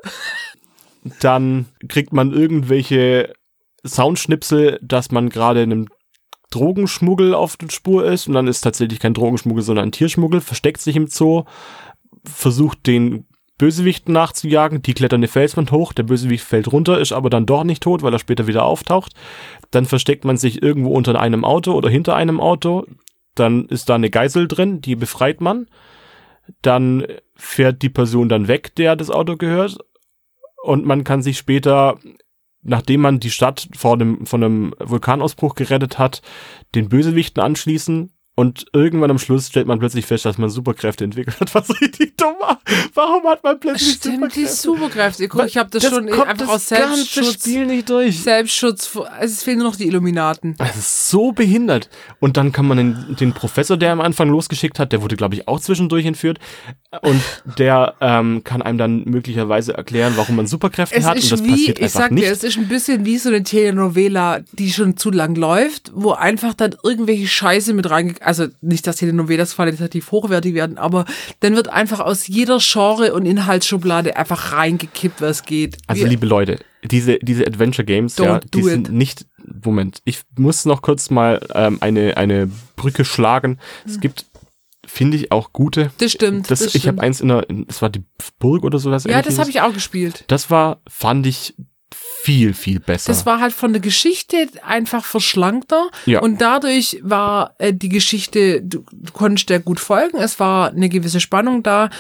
Dann kriegt man irgendwelche Soundschnipsel, dass man gerade einem Drogenschmuggel auf der Spur ist. Und dann ist tatsächlich kein Drogenschmuggel, sondern ein Tierschmuggel. Versteckt sich im Zoo, versucht den Bösewicht nachzujagen. Die klettern eine Felswand hoch. Der Bösewicht fällt runter, ist aber dann doch nicht tot, weil er später wieder auftaucht. Dann versteckt man sich irgendwo unter einem Auto oder hinter einem Auto. Dann ist da eine Geisel drin, die befreit man. Dann fährt die Person dann weg, der das Auto gehört. Und man kann sich später, nachdem man die Stadt vor dem, von einem Vulkanausbruch gerettet hat, den Bösewichten anschließen. Und irgendwann am Schluss stellt man plötzlich fest, dass man Superkräfte entwickelt hat, was richtig dumm war. Warum hat man plötzlich Stimmt, die Superkräfte? Superkräfte. Ich habe das, Das schon kommt einfach das aus ganze Selbstschutz. Spiel nicht durch. Selbstschutz. Also es fehlen nur noch die Illuminaten. Das ist so behindert. Und dann kann man den, den Professor, der am Anfang losgeschickt hat, der wurde, glaube ich, auch zwischendurch entführt. Und der ähm, kann einem dann möglicherweise erklären, warum man Superkräfte Es hat. ist Und das wie, passiert ich einfach sag nicht. dir, es ist ein bisschen wie so eine Telenovela, die schon zu lang läuft, wo einfach dann irgendwelche Scheiße mit reinge... Also nicht, dass Telenovelas qualitativ hochwertig werden, aber dann wird einfach aus jeder Genre- und Inhaltsschublade einfach reingekippt, was geht. Also Wir- liebe Leute, diese, diese Adventure Games, Don't ja, do die it. sind nicht, Moment, ich muss noch kurz mal ähm, eine, eine Brücke schlagen. Es gibt, finde ich, auch gute. Das stimmt. Das, das ich stimmt. habe eins in der, in, das war die Burg oder sowas. Ja, das habe ich auch gespielt. Das war, fand ich, viel, viel besser. Das war halt von der Geschichte einfach verschlankter Ja. und dadurch war äh, die Geschichte, du, du konntest der gut folgen, es war eine gewisse Spannung da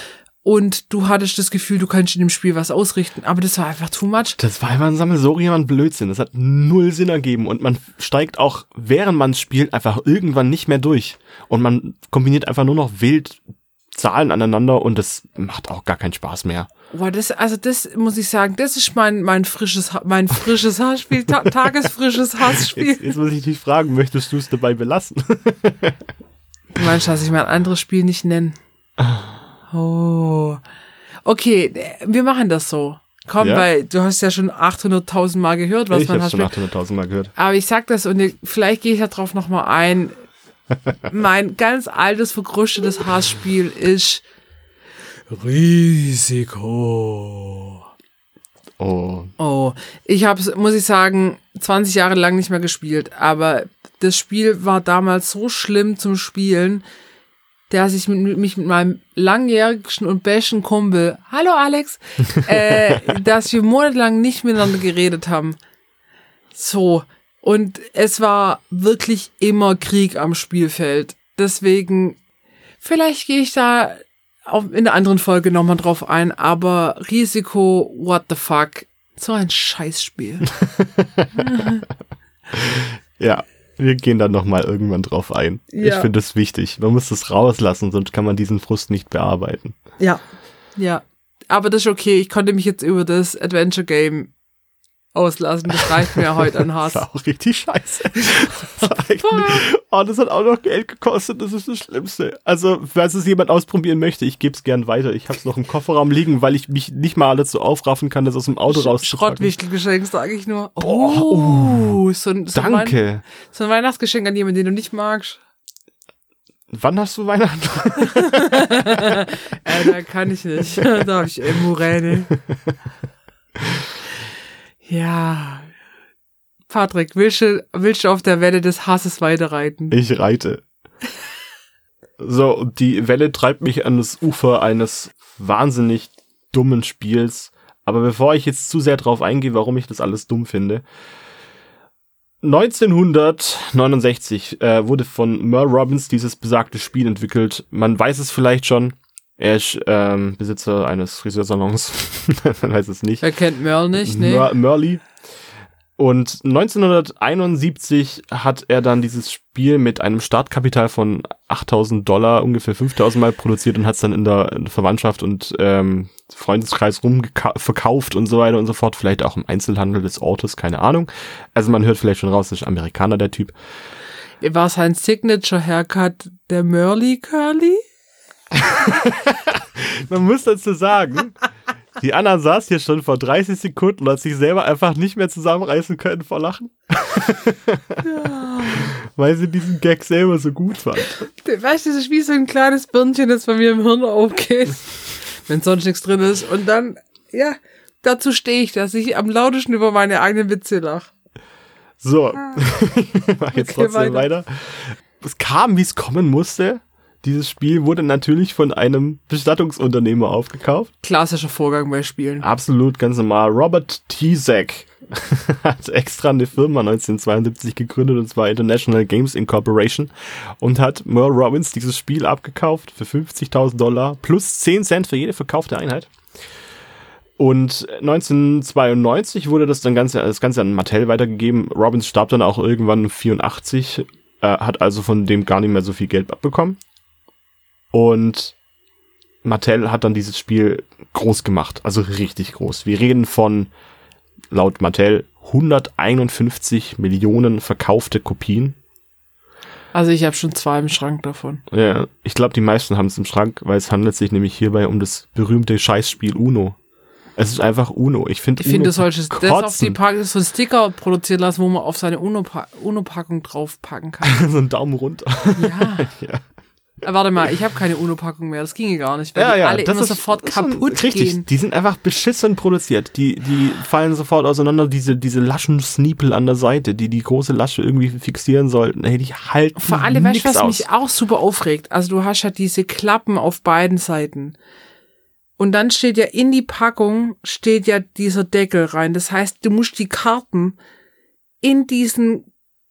und du hattest das Gefühl, du kannst in dem Spiel was ausrichten, aber das war einfach too much. Das war einfach ein Sammelsurium an Blödsinn. Das hat null Sinn ergeben und man steigt auch, während man spielt, einfach irgendwann nicht mehr durch. Und man kombiniert einfach nur noch wild Zahlen aneinander und das macht auch gar keinen Spaß mehr. Boah, das, also das muss ich sagen, das ist mein, mein frisches, mein frisches Hassspiel, ta- tagesfrisches Hassspiel. Jetzt, jetzt muss ich dich fragen, möchtest du es dabei belassen? Du meinst, dass ich mein anderes Spiel nicht nenne? Oh. Okay, wir machen das so. Komm, Ja? weil du hast ja schon achthunderttausend Mal gehört, was Ich man habe hat. schon achthunderttausend Mal gehört. Aber ich sag das und ihr- vielleicht gehe ich darauf nochmal ein. Mein ganz altes, verkrustetes Hassspiel ist Risiko. Oh. Oh, ich habe es, muss ich sagen, zwanzig Jahre lang nicht mehr gespielt, aber das Spiel war damals so schlimm zum Spielen, dass ich mit, mich mit meinem langjährigen und besten Kumpel, hallo Alex, äh, dass wir monatelang nicht miteinander geredet haben. So, und es war wirklich immer Krieg am Spielfeld. Deswegen, vielleicht gehe ich da auf, in einer anderen Folge nochmal drauf ein, aber Risiko, what the fuck, so ein Scheißspiel. Ja, wir gehen dann nochmal irgendwann drauf ein. Ja. Ich finde es wichtig. Man muss das rauslassen, sonst kann man diesen Frust nicht bearbeiten. Ja. Ja. Aber das ist okay, ich konnte mich jetzt über das Adventure Game auslassen. Das reicht mir heute an Hass. Das war auch richtig scheiße. Das war eigentlich- oh, das hat auch noch Geld gekostet, das ist das Schlimmste. Also, falls es jemand ausprobieren möchte, ich gebe es gern weiter. Ich habe es noch im Kofferraum liegen, weil ich mich nicht mal dazu aufraffen kann, das aus dem Auto rauszupacken. Schrottwichtelgeschenk, sage ich nur. Boah, Oh, so ein, so ein Wein- Danke. so ein Weihnachtsgeschenk an jemanden, den du nicht magst. Wann hast du Weihnachten? Äh, da kann ich nicht. Da habe ich äh, Muräne. Ja. Patrick, willst du, willst du auf der Welle des Hasses weiterreiten? Ich reite. So, und die Welle treibt mich an das Ufer eines wahnsinnig dummen Spiels. Aber bevor ich jetzt zu sehr drauf eingehe, warum ich das alles dumm finde. neunzehnhundertneunundsechzig äh, wurde von Merle Robbins dieses besagte Spiel entwickelt. Man weiß es vielleicht schon. Er ist ähm, Besitzer eines Friseursalons. Man weiß es nicht. Wer kennt Merle nicht? Nee. Mer- Merle. Und neunzehnhunderteinundsiebzig hat er dann dieses Spiel mit einem Startkapital von achttausend Dollar ungefähr fünftausend Mal produziert und hat es dann in der, in der Verwandtschaft und ähm, Freundeskreis rumverkauft und so weiter und so fort. Vielleicht auch im Einzelhandel des Ortes, keine Ahnung. Also man hört vielleicht schon raus, das ist Amerikaner, der Typ. War sein Signature-Haircut der Merle Curly? Man muss dazu sagen, die Anna saß hier schon vor dreißig Sekunden und hat sich selber einfach nicht mehr zusammenreißen können vor Lachen. Ja. Weil sie diesen Gag selber so gut fand. Weißt du, das ist wie so ein kleines Birnchen, das bei mir im Hirn aufgeht, wenn sonst nichts drin ist. Und dann, ja, dazu stehe ich, dass ich am lautesten über meine eigenen Witze lache. So, ich mach jetzt Okay, trotzdem weiter. Es kam, wie es kommen musste. Dieses Spiel wurde natürlich von einem Bestattungsunternehmer aufgekauft. Klassischer Vorgang bei Spielen. Absolut, ganz normal. Robert Tizek hat extra eine Firma neunzehnhundertzweiundsiebzig gegründet, und zwar International Games Incorporation, und hat Merle Robbins dieses Spiel abgekauft für fünfzigtausend Dollar plus zehn Cent für jede verkaufte Einheit. Und neunzehnhundertzweiundneunzig wurde das dann Ganze, das Ganze an Mattel weitergegeben. Robbins starb dann auch irgendwann vierundachtzig, äh, hat also von dem gar nicht mehr so viel Geld abbekommen. Und Mattel hat dann dieses Spiel groß gemacht, also richtig groß. Wir reden von, laut Mattel, hunderteinundfünfzig Millionen verkaufte Kopien. Also ich habe schon zwei im Schrank davon. Ja, ich glaube, die meisten haben es im Schrank, weil es handelt sich nämlich hierbei um das berühmte Scheißspiel Uno. Es ist einfach Uno. Ich finde, Ich finde, du solltest das auf die Packung, so einen Sticker produzieren lassen, wo man auf seine Uno-Pa- Uno-Packung draufpacken kann. so einen Daumen runter. Ja. Ja. Äh, Warte mal, ich habe keine Uno-Packung mehr. Das ginge gar nicht, weil Ja, die ja, alle das immer ist, sofort das ist ein- kaputt richtig, gehen. die sind einfach beschissen produziert. Die, die fallen sofort auseinander. Diese, diese laschen Sneepel an der Seite, die die große Lasche irgendwie fixieren sollten. Hey, die halten Vor allem, weißt du, nix was aus. mich auch super aufregt? Also du hast ja diese Klappen auf beiden Seiten. Und dann steht ja in die Packung, steht ja dieser Deckel rein. Das heißt, du musst die Karten in diesen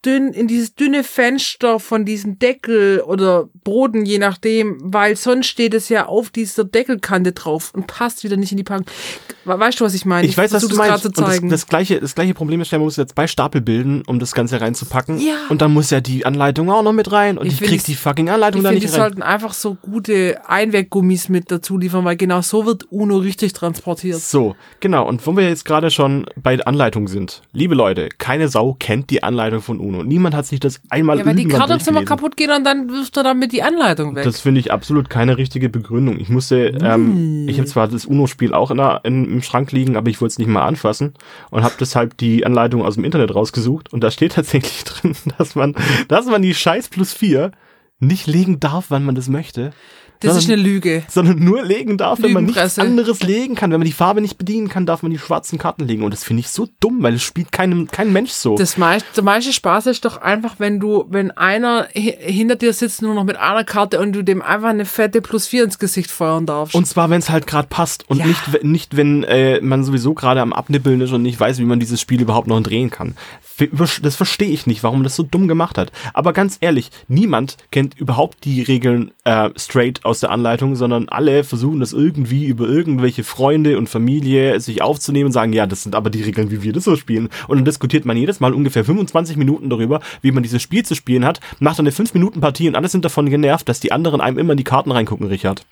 dünn, in dieses dünne Fenster von diesem Deckel oder Boden, je nachdem, weil sonst steht es ja auf dieser Deckelkante drauf und passt wieder nicht in die Packung. Weißt du, was ich meine? Ich, ich weiß, was du meinst. Zu zeigen. Und das, das, gleiche, das gleiche Problem ist, man muss jetzt zwei Stapel bilden, um das Ganze reinzupacken. Ja. Und dann muss ja die Anleitung auch noch mit rein und ich, ich krieg die fucking Anleitung da nicht rein. Die sollten einfach so gute Einweggummis mit dazu liefern, weil genau so wird UNO richtig transportiert. So, genau. Und wo wir jetzt gerade schon bei der Anleitung sind. Liebe Leute, keine Sau kennt die Anleitung von UNO. Niemand hat sich das einmal Ja, weil die Karte immer kaputt geht und dann wirft er damit die Anleitung weg. Das finde ich absolut keine richtige Begründung. Ich musste, mm. ähm, ich habe zwar das UNO-Spiel auch in der, in, im Schrank liegen, aber ich wollte es nicht mal anfassen und habe deshalb die Anleitung aus dem Internet rausgesucht und da steht tatsächlich drin, dass man, dass man die Scheiß plus vier nicht legen darf, wann man das möchte. Das sondern, ist eine Lüge. Sondern nur legen darf, wenn man nichts anderes legen kann. Wenn man die Farbe nicht bedienen kann, darf man die schwarzen Karten legen. Und das finde ich so dumm, weil es spielt keinem, kein Mensch so. Das meiste, der meiste Spaß ist doch einfach, wenn du, wenn einer h- hinter dir sitzt, nur noch mit einer Karte und du dem einfach eine fette plus vier ins Gesicht feuern darfst. Und zwar, wenn es halt gerade passt und ja. nicht, nicht wenn äh, man sowieso gerade am Abnippeln ist und nicht weiß, wie man dieses Spiel überhaupt noch drehen kann. Das verstehe ich nicht, warum man das so dumm gemacht hat. Aber ganz ehrlich, niemand kennt überhaupt die Regeln äh, straight aus der Anleitung, sondern alle versuchen das irgendwie über irgendwelche Freunde und Familie sich aufzunehmen und sagen, ja, das sind aber die Regeln, wie wir das so spielen. Und dann diskutiert man jedes Mal ungefähr fünfundzwanzig Minuten darüber, wie man dieses Spiel zu spielen hat, macht dann eine fünf Minuten Partie und alle sind davon genervt, dass die anderen einem immer in die Karten reingucken, Richard.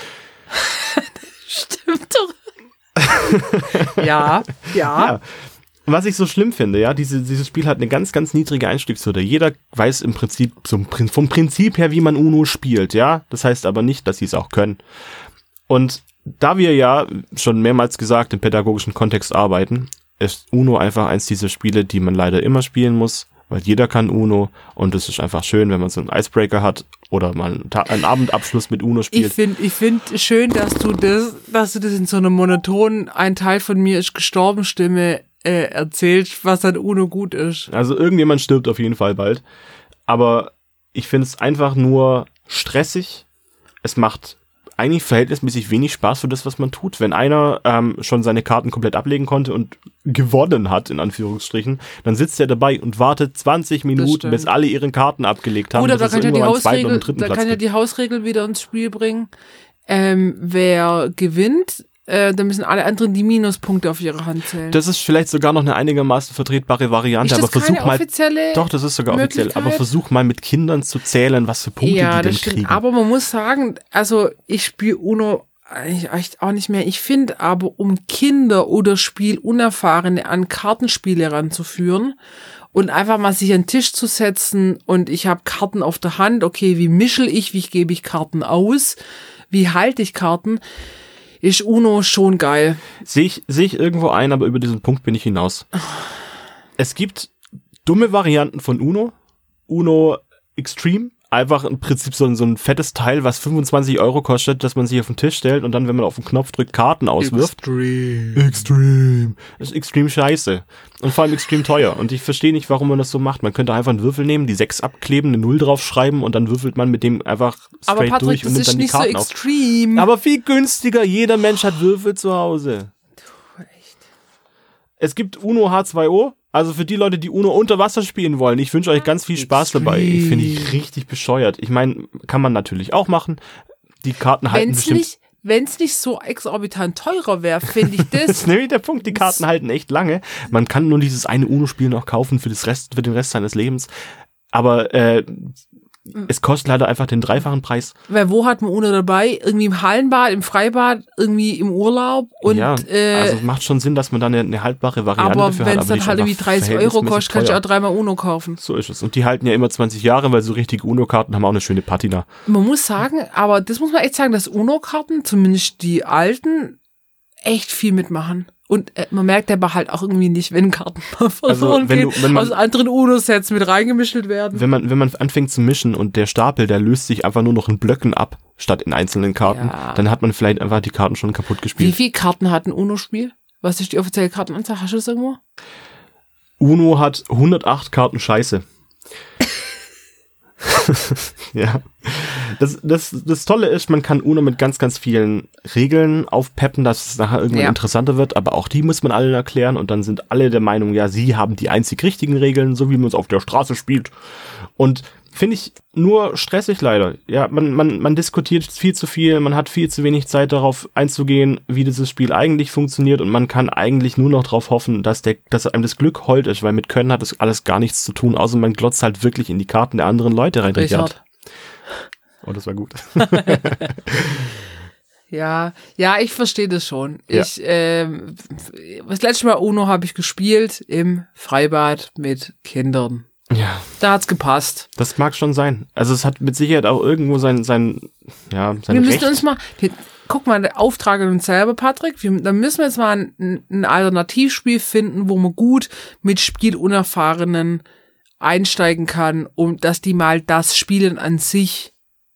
Stimmt doch. ja, ja. ja. Was ich so schlimm finde, ja, diese, dieses Spiel hat eine ganz, ganz niedrige Einstiegshürde. Jeder weiß im Prinzip, zum, vom Prinzip her, wie man UNO spielt, ja. Das heißt aber nicht, dass sie es auch können. Und da wir ja schon mehrmals gesagt im pädagogischen Kontext arbeiten, ist UNO einfach eins dieser Spiele, die man leider immer spielen muss, weil jeder kann UNO und es ist einfach schön, wenn man so einen Icebreaker hat oder mal einen, Ta- einen Abendabschluss mit UNO spielt. Ich finde ich find schön, dass du das, dass du das in so einer monotonen, ein Teil von mir ist gestorben Stimme äh, erzählst, was an UNO gut ist. Also irgendjemand stirbt auf jeden Fall bald. Aber ich finde es einfach nur stressig. Es macht eigentlich verhältnismäßig wenig Spaß für das, was man tut. Wenn einer ähm, schon seine Karten komplett ablegen konnte und gewonnen hat, in Anführungsstrichen, dann sitzt er dabei und wartet zwanzig Minuten, bis alle ihre Karten abgelegt haben. Oder da kann, ja die, Hausregel, da Platz kann ja die Hausregel wieder ins Spiel bringen. Ähm, wer gewinnt, äh, dann müssen alle anderen die Minuspunkte auf ihre Hand zählen. Das ist vielleicht sogar noch eine einigermaßen vertretbare Variante, ist das aber versuch keine mal. Offizielle Doch, das ist sogar offiziell. Möglichkeit? Aber versuch mal mit Kindern zu zählen, was für Punkte ja, die denn das stimmt. kriegen. Aber man muss sagen, also ich spiele UNO eigentlich echt auch nicht mehr. Ich finde aber, um Kinder oder Spielunerfahrene an Kartenspiele ranzuführen und einfach mal sich an den Tisch zu setzen und ich habe Karten auf der Hand, okay, wie mischel ich, wie gebe ich Karten aus, wie halte ich Karten, ist UNO schon geil. Sehe ich, sehe ich irgendwo ein, aber über diesen Punkt bin ich hinaus. Es gibt dumme Varianten von UNO. UNO Extreme. Einfach im Prinzip so ein, so ein fettes Teil, was fünfundzwanzig Euro kostet, dass man sich auf den Tisch stellt und dann, wenn man auf den Knopf drückt, Karten auswirft. Extreme. Extreme. Das ist extrem scheiße. Und vor allem extrem teuer. Und ich verstehe nicht, warum man das so macht. Man könnte einfach einen Würfel nehmen, die sechs abkleben, eine Null draufschreiben und dann würfelt man mit dem einfach straight Aber Patrick, durch und nimmt dann die Karten das ist nicht so extrem. auf. Aber viel günstiger. Jeder Mensch hat Würfel zu Hause. Du, echt. Es gibt UNO H zwei O. Also für die Leute, die UNO unter Wasser spielen wollen, ich wünsche euch ganz viel Spaß Extreme. dabei. Ich finde ich richtig bescheuert. Ich meine, kann man natürlich auch machen. Die Karten halten Wenn's bestimmt... nicht, wenn's nicht so exorbitant teurer wäre, finde ich das... Das ist nämlich der Punkt, die Karten halten echt lange. Man kann nur dieses eine UNO-Spiel noch kaufen für, das Rest, für den Rest seines Lebens. Aber äh, es kostet leider einfach den dreifachen Preis. Weil wo hat man UNO dabei? Irgendwie im Hallenbad, im Freibad, irgendwie im Urlaub. Und, ja, äh, also macht schon Sinn, dass man da eine, eine haltbare Variante aber dafür hat. wenn es dann halt irgendwie dreißig Euro kostet, kannst du auch dreimal UNO kaufen. So ist es. Und die halten ja immer zwanzig Jahre, weil so richtige UNO-Karten haben auch eine schöne Patina. Man muss sagen, aber das muss man echt sagen, dass UNO-Karten, zumindest die alten, echt viel mitmachen. Und äh, man merkt aber halt auch irgendwie nicht, wenn Karten mal verloren also, wenn gehen, du, wenn man, aus anderen UNO-Sets mit reingemischelt werden. Wenn man, wenn man anfängt zu mischen und der Stapel, der löst sich einfach nur noch in Blöcken ab, statt in einzelnen Karten, Ja. dann hat man vielleicht einfach die Karten schon kaputt Wie gespielt. viele Karten hat ein UNO-Spiel? Was ist die offizielle Kartenanzahl? Hast du das irgendwo? UNO hat hundertacht Karten Scheiße. Ja. Das, das, das Tolle ist, man kann Uno mit ganz, ganz vielen Regeln aufpeppen, dass es nachher irgendwann Ja. interessanter wird, aber auch die muss man allen erklären und dann sind alle der Meinung, ja, sie haben die einzig richtigen Regeln, so wie man es auf der Straße spielt. Und finde ich nur stressig leider. Ja, man, man, man diskutiert viel zu viel, man hat viel zu wenig Zeit darauf einzugehen, wie dieses Spiel eigentlich funktioniert und man kann eigentlich nur noch darauf hoffen, dass der, dass einem das Glück hold ist, weil mit Können hat das alles gar nichts zu tun, außer man glotzt halt wirklich in die Karten der anderen Leute rein. Richard. Oh, das war gut. Ja, ja, ich verstehe das schon. Ja. Ich, ähm, das letzte Mal Uno habe ich gespielt im Freibad mit Kindern. Ja. Da hat's gepasst. Das mag schon sein. Also es hat mit Sicherheit auch irgendwo sein, sein, ja, sein Wir müssen Recht. uns mal, wir, guck mal, der Auftrag an uns selber, Patrick. Wir, da müssen wir jetzt mal ein, ein Alternativspiel finden, wo man gut mit Spielunerfahrenen einsteigen kann, um dass die mal das Spielen an sich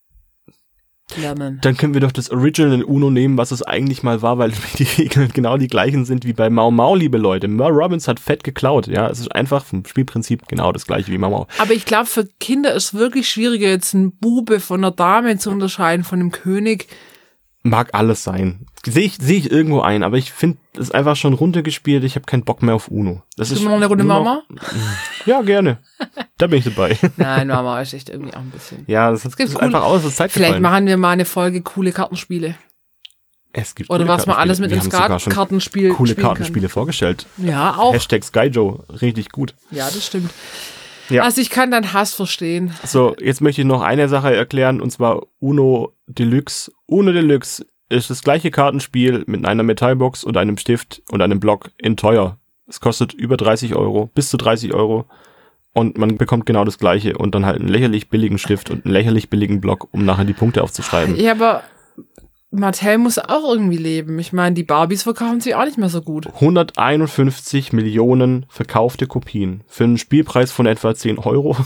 lernen. Dann können wir doch das Original Uno nehmen, was es eigentlich mal war, weil die Regeln genau die gleichen sind wie bei Mau Mau, liebe Leute. Merle Robbins hat fett geklaut. Ja, es ist einfach vom Spielprinzip genau das gleiche wie Mau Mau. Aber ich glaube, für Kinder ist es wirklich schwieriger, jetzt einen Bube von einer Dame zu unterscheiden, von einem König. Mag alles sein. Sehe ich, sehe ich irgendwo ein, aber ich finde es einfach schon runtergespielt. Ich habe keinen Bock mehr auf Uno. Das ist Spielen wir noch eine Runde nur Mama? Ja, gerne. Da bin ich dabei. Nein, Mama ist echt irgendwie auch ein bisschen. Ja, das, das gibt ist cool- einfach aus, das Zeit Vielleicht gefallen. machen wir mal eine Folge coole Kartenspiele. Es gibt Oder coole was man alles mit Kartenspiele. ins Wir haben sogar schon Kartenspiel coole spielen Kartenspiele vorgestellt. kann. Ja, auch. Hashtag Skyjo, richtig gut. Ja, das stimmt. Ja. Also ich kann deinen Hass verstehen. So, jetzt möchte ich noch eine Sache erklären, und zwar Uno Deluxe. Uno Deluxe ist das gleiche Kartenspiel mit einer Metallbox und einem Stift und einem Block in teuer. Es kostet über dreißig Euro, bis zu dreißig Euro. Und man bekommt genau das gleiche und dann halt einen lächerlich billigen Stift und einen lächerlich billigen Block, um nachher die Punkte aufzuschreiben. Ja, aber Mattel muss auch irgendwie leben. Ich meine, die Barbies verkaufen sich auch nicht mehr so gut. hunderteinundfünfzig Millionen verkaufte Kopien für einen Spielpreis von etwa zehn Euro.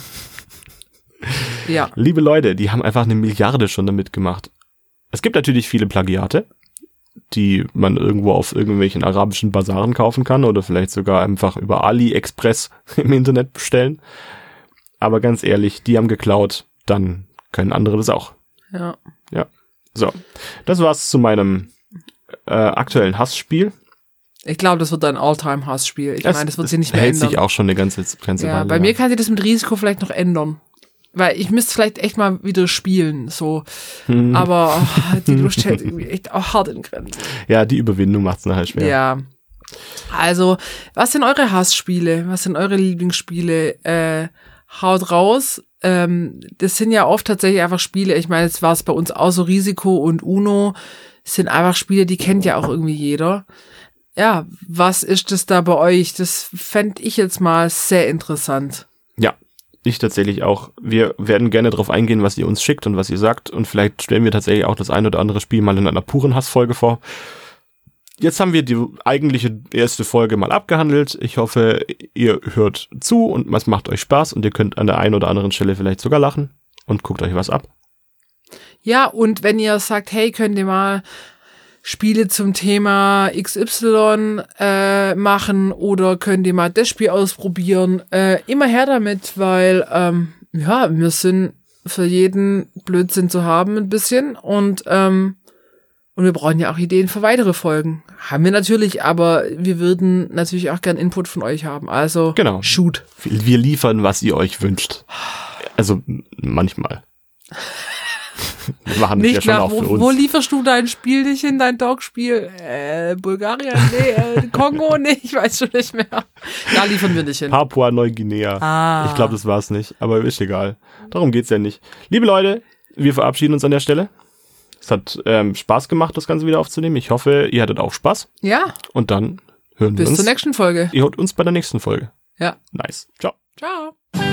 Ja. Liebe Leute, die haben einfach eine Milliarde schon damit gemacht. Es gibt natürlich viele Plagiate, die man irgendwo auf irgendwelchen arabischen Basaren kaufen kann oder vielleicht sogar einfach über AliExpress im Internet bestellen. Aber ganz ehrlich, die haben geklaut, dann können andere das auch. Ja. Ja. So, das war's zu meinem äh, aktuellen Hassspiel. Ich glaube, das wird ein All-Time-Hassspiel. Ich meine, das wird sich nicht mehr hält ändern. sich auch schon eine ganze, ganze Ja, Weile. bei mir kann sich das mit Risiko vielleicht noch ändern. Weil ich müsste vielleicht echt mal wieder spielen, so. Hm. Aber oh, die Lust hält irgendwie echt auch hart in Grenzen. Ja, die Überwindung macht's nachher schwer. Ja. Also, was sind eure Hassspiele? Was sind eure Lieblingsspiele? Äh, haut raus. Ähm, das sind ja oft tatsächlich einfach Spiele. Ich meine, jetzt war es bei uns auch so Risiko und Uno. Das sind einfach Spiele, die kennt ja auch irgendwie jeder. Ja, was ist das da bei euch? Das fände ich jetzt mal sehr interessant. Ja, ich tatsächlich auch. Wir werden gerne darauf eingehen, was ihr uns schickt und was ihr sagt. Und vielleicht stellen wir tatsächlich auch das ein oder andere Spiel mal in einer puren Hassfolge vor. Jetzt haben wir die eigentliche erste Folge mal abgehandelt. Ich hoffe, ihr hört zu und es macht euch Spaß und ihr könnt an der einen oder anderen Stelle vielleicht sogar lachen und guckt euch was ab. Ja, und wenn ihr sagt, hey, könnt ihr mal Spiele zum Thema X Y äh, machen oder könnt ihr mal das Spiel ausprobieren, äh, immer her damit, weil ähm, ja, wir sind für jeden Blödsinn zu haben ein bisschen und ähm, und wir brauchen ja auch Ideen für weitere Folgen. Haben wir natürlich, aber wir würden natürlich auch gern Input von euch haben. Also Genau. shoot. Wir liefern, was ihr euch wünscht. Also manchmal. Wir machen das ja Nicht schon nach, auch für wo, uns. wo lieferst du dein Spiel nicht hin, dein Dog-Spiel? Äh, Bulgarien? Nee, äh, Kongo? Nee, ich weiß schon nicht mehr. Da liefern wir nicht hin. Papua-Neuguinea. Ah. Ich glaube, das war's nicht, aber ist egal. Darum geht's ja nicht. Liebe Leute, wir verabschieden uns an der Stelle. Es hat ähm, Spaß gemacht, das Ganze wieder aufzunehmen. Ich hoffe, ihr hattet auch Spaß. Ja, Und dann hören wir bis uns. zur nächsten Folge. Ihr hört uns bei der nächsten Folge. Ja. Nice. Ciao. Ciao.